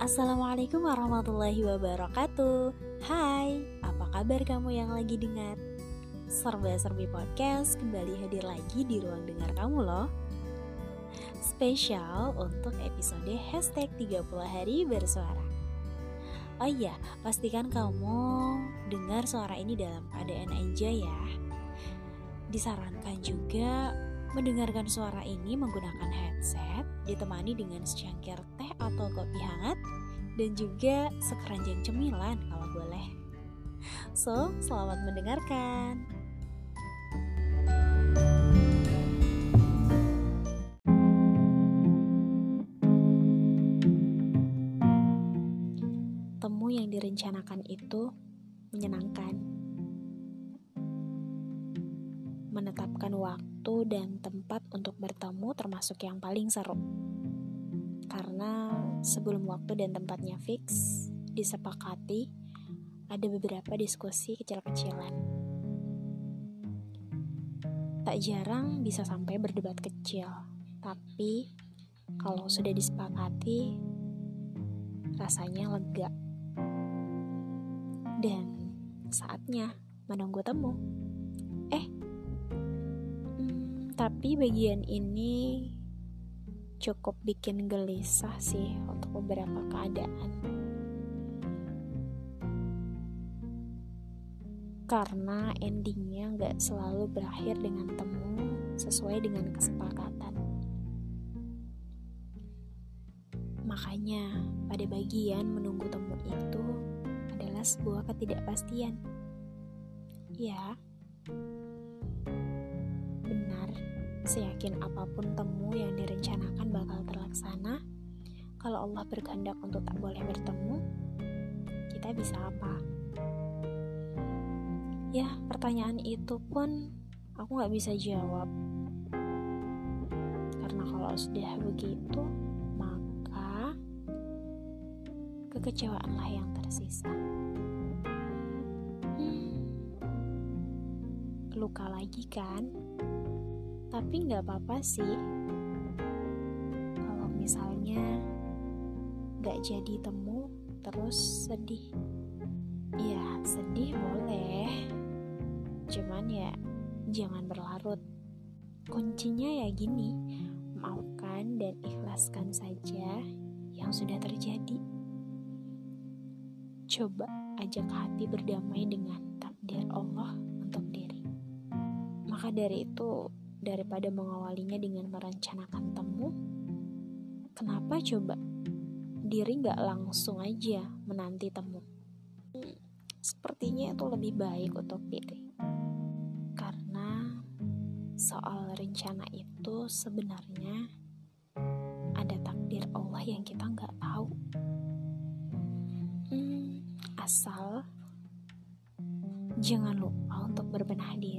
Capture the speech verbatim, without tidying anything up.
Assalamualaikum warahmatullahi wabarakatuh. Hai, apa kabar kamu yang lagi dengar? Serba-serbi podcast kembali hadir lagi di ruang dengar kamu loh. Spesial untuk episode hashtag tiga puluh hari bersuara. Oh iya, pastikan kamu dengar suara ini dalam keadaan aja ya. Disarankan juga mendengarkan suara ini menggunakan headset, ditemani dengan secangkir teh atau kopi hangat, dan juga sekeranjang cemilan kalau boleh. So, selamat mendengarkan. Temu yang direncanakan itu menyenangkan. Menetapkan waktu dan tempat untuk bertemu termasuk yang paling seru. Karena sebelum waktu dan tempatnya fix, disepakati, ada beberapa diskusi kecil-kecilan. Tak jarang bisa sampai berdebat kecil, tapi kalau sudah disepakati, rasanya lega. Dan saatnya menunggu temu. Eh, hmm, tapi bagian ini cukup bikin gelisah sih untuk beberapa keadaan. Karena endingnya gak selalu berakhir dengan temu sesuai dengan kesepakatan. Makanya pada bagian menunggu temu itu adalah sebuah ketidakpastian. Ya, benar, seyakin apapun temu yang direncanakan bakal terlaksana, kalau Allah berkehendak untuk tak boleh bertemu, kita bisa apa? Ya, pertanyaan itu pun aku gak bisa jawab. Karena kalau sudah begitu, maka kekecewaanlah yang tersisa. Hmm, luka lagi kan? Tapi gak apa-apa sih kalau misalnya gak jadi temu terus sedih. Ya, sedih boleh, cuman ya jangan berlarut. Kuncinya ya gini, maafkan dan ikhlaskan saja yang sudah terjadi. Coba ajak hati berdamai dengan takdir Allah untuk diri. Maka dari itu, daripada mengawalinya dengan merencanakan temu, kenapa coba diri gak langsung aja menanti temu? Hmm, sepertinya itu lebih baik untuk diri. Karena soal rencana itu sebenarnya ada takdir Allah yang kita gak tahu. Hmm, asal jangan lupa untuk berbenah diri.